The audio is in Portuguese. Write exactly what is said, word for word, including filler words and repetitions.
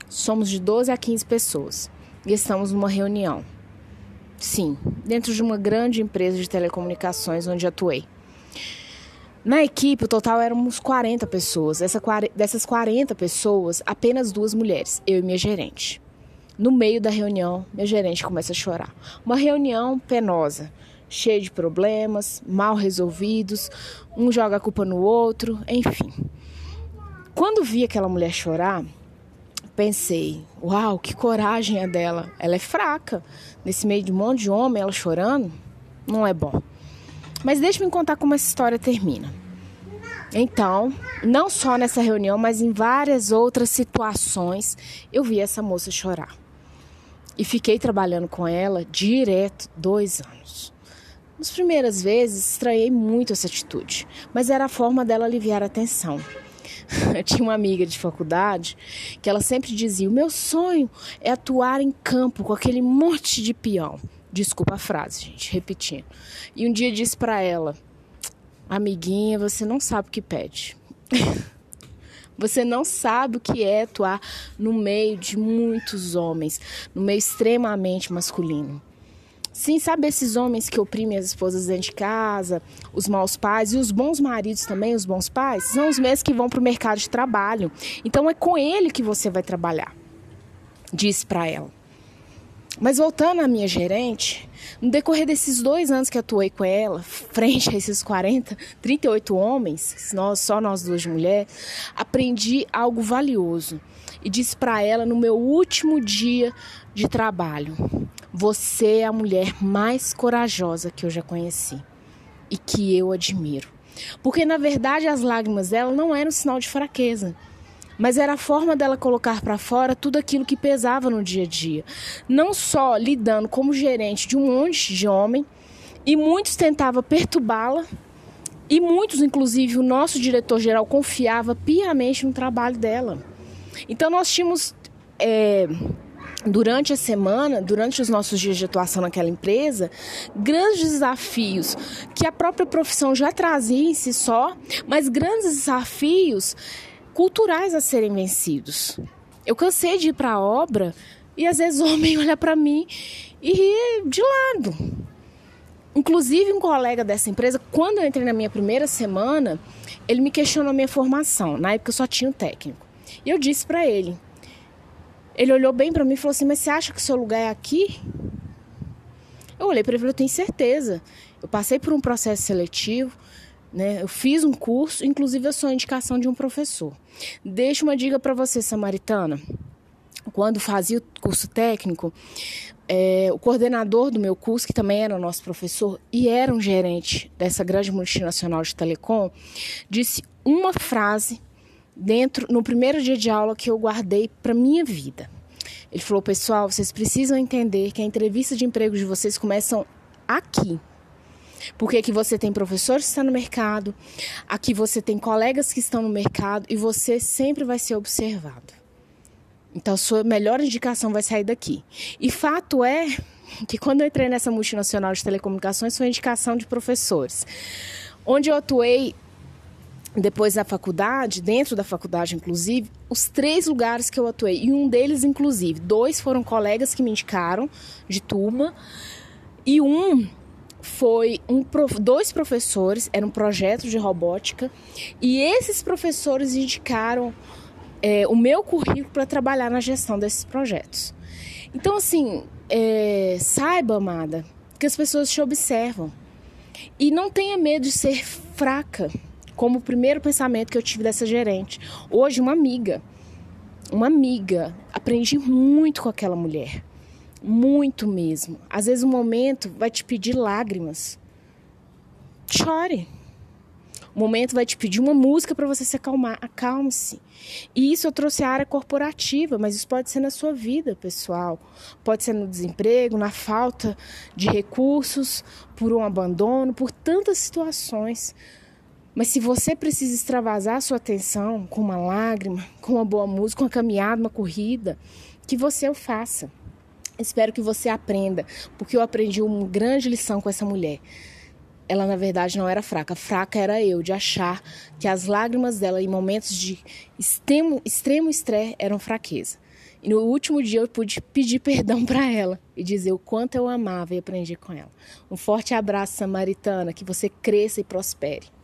Somos de doze a quinze pessoas e estamos numa reunião. Sim, dentro de uma grande empresa de telecomunicações onde atuei. Na equipe, o total éramos quarenta pessoas. Essa, dessas quarenta pessoas, apenas duas mulheres, eu e minha gerente. No meio da reunião, minha gerente começa a chorar. Uma reunião penosa, cheia de problemas, mal resolvidos, um joga a culpa no outro, enfim. Quando vi aquela mulher chorar, pensei, uau, que coragem é dela. Ela é fraca. Nesse meio de um monte de homem, ela chorando, não é bom. Mas deixe-me contar como essa história termina. Então, não só nessa reunião, mas em várias outras situações, eu vi essa moça chorar. E fiquei trabalhando com ela direto dois anos. Nas primeiras vezes, estranhei muito essa atitude, mas era a forma dela aliviar a tensão. Eu tinha uma amiga de faculdade que ela sempre dizia, o meu sonho é atuar em campo com aquele monte de peão. Desculpa a frase, gente, repetindo. E um dia disse pra ela, amiguinha, você não sabe o que pede. Você não sabe o que é atuar no meio de muitos homens, no meio extremamente masculino. Sim, sabe esses homens que oprimem as esposas dentro de casa, os maus pais e os bons maridos também, os bons pais, são os mesmos que vão para o mercado de trabalho. Então é com ele que você vai trabalhar, disse para ela. Mas voltando à minha gerente, no decorrer desses dois anos que atuei com ela, frente a esses quarenta, trinta e oito homens, nós, só nós duas mulheres, aprendi algo valioso. E disse para ela no meu último dia de trabalho, você é a mulher mais corajosa que eu já conheci e que eu admiro. Porque na verdade as lágrimas dela não eram sinal de fraqueza, mas era a forma dela colocar para fora tudo aquilo que pesava no dia a dia. Não só lidando como gerente de um monte de homem, e muitos tentavam perturbá-la, e muitos, inclusive o nosso diretor-geral, confiava piamente no trabalho dela. Então nós tínhamos, é, durante a semana, durante os nossos dias de atuação naquela empresa, grandes desafios que a própria profissão já trazia em si só, mas grandes desafios culturais a serem vencidos. Eu cansei de ir para a obra e às vezes o homem olha para mim e ri de lado. Inclusive um colega dessa empresa, quando eu entrei na minha primeira semana, ele me questionou a minha formação. Na época eu só tinha um técnico. E eu disse para ele. Ele olhou bem para mim e falou assim, mas você acha que o seu lugar é aqui? Eu olhei para ele e falei, eu tenho certeza. Eu passei por um processo seletivo, né? Eu fiz um curso, inclusive eu sou a indicação de um professor. Deixo uma dica para você, samaritana. Quando fazia o curso técnico, é, o coordenador do meu curso, que também era o nosso professor e era um gerente dessa grande multinacional de telecom, disse uma frase dentro, no primeiro dia de aula que eu guardei para minha vida. Ele falou, pessoal, vocês precisam entender que a entrevista de emprego de vocês começam aqui. Porque aqui você tem professores que estão no mercado, aqui você tem colegas que estão no mercado e você sempre vai ser observado. Então, a sua melhor indicação vai sair daqui. E fato é que quando eu entrei nessa multinacional de telecomunicações, foi indicação de professores. Onde eu atuei depois da faculdade, dentro da faculdade, inclusive, os três lugares que eu atuei, e um deles, inclusive, dois foram colegas que me indicaram de turma, e um foi um, dois professores, era um projeto de robótica, e esses professores indicaram é, o meu currículo para trabalhar na gestão desses projetos. Então, assim, é, saiba, amada, que as pessoas te observam. E não tenha medo de ser fraca, como o primeiro pensamento que eu tive dessa gerente. Hoje, uma amiga, uma amiga, aprendi muito com aquela mulher. Muito mesmo. Às vezes um momento vai te pedir lágrimas. Chore. O momento vai te pedir uma música para você se acalmar. Acalme-se. E isso eu trouxe à área corporativa, mas isso pode ser na sua vida, pessoal. Pode ser no desemprego, na falta de recursos, por um abandono, por tantas situações. Mas se você precisa extravasar a sua atenção com uma lágrima, com uma boa música, com uma caminhada, uma corrida, que você o faça. Espero que você aprenda, porque eu aprendi uma grande lição com essa mulher. ela na verdade não era fraca. Fraca era eu, de achar que as lágrimas dela em momentos de extremo, extremo estresse eram fraqueza. E no último dia eu pude pedir perdão para ela e dizer o quanto eu amava e aprendi com ela. Um forte abraço, samaritana, que você cresça e prospere.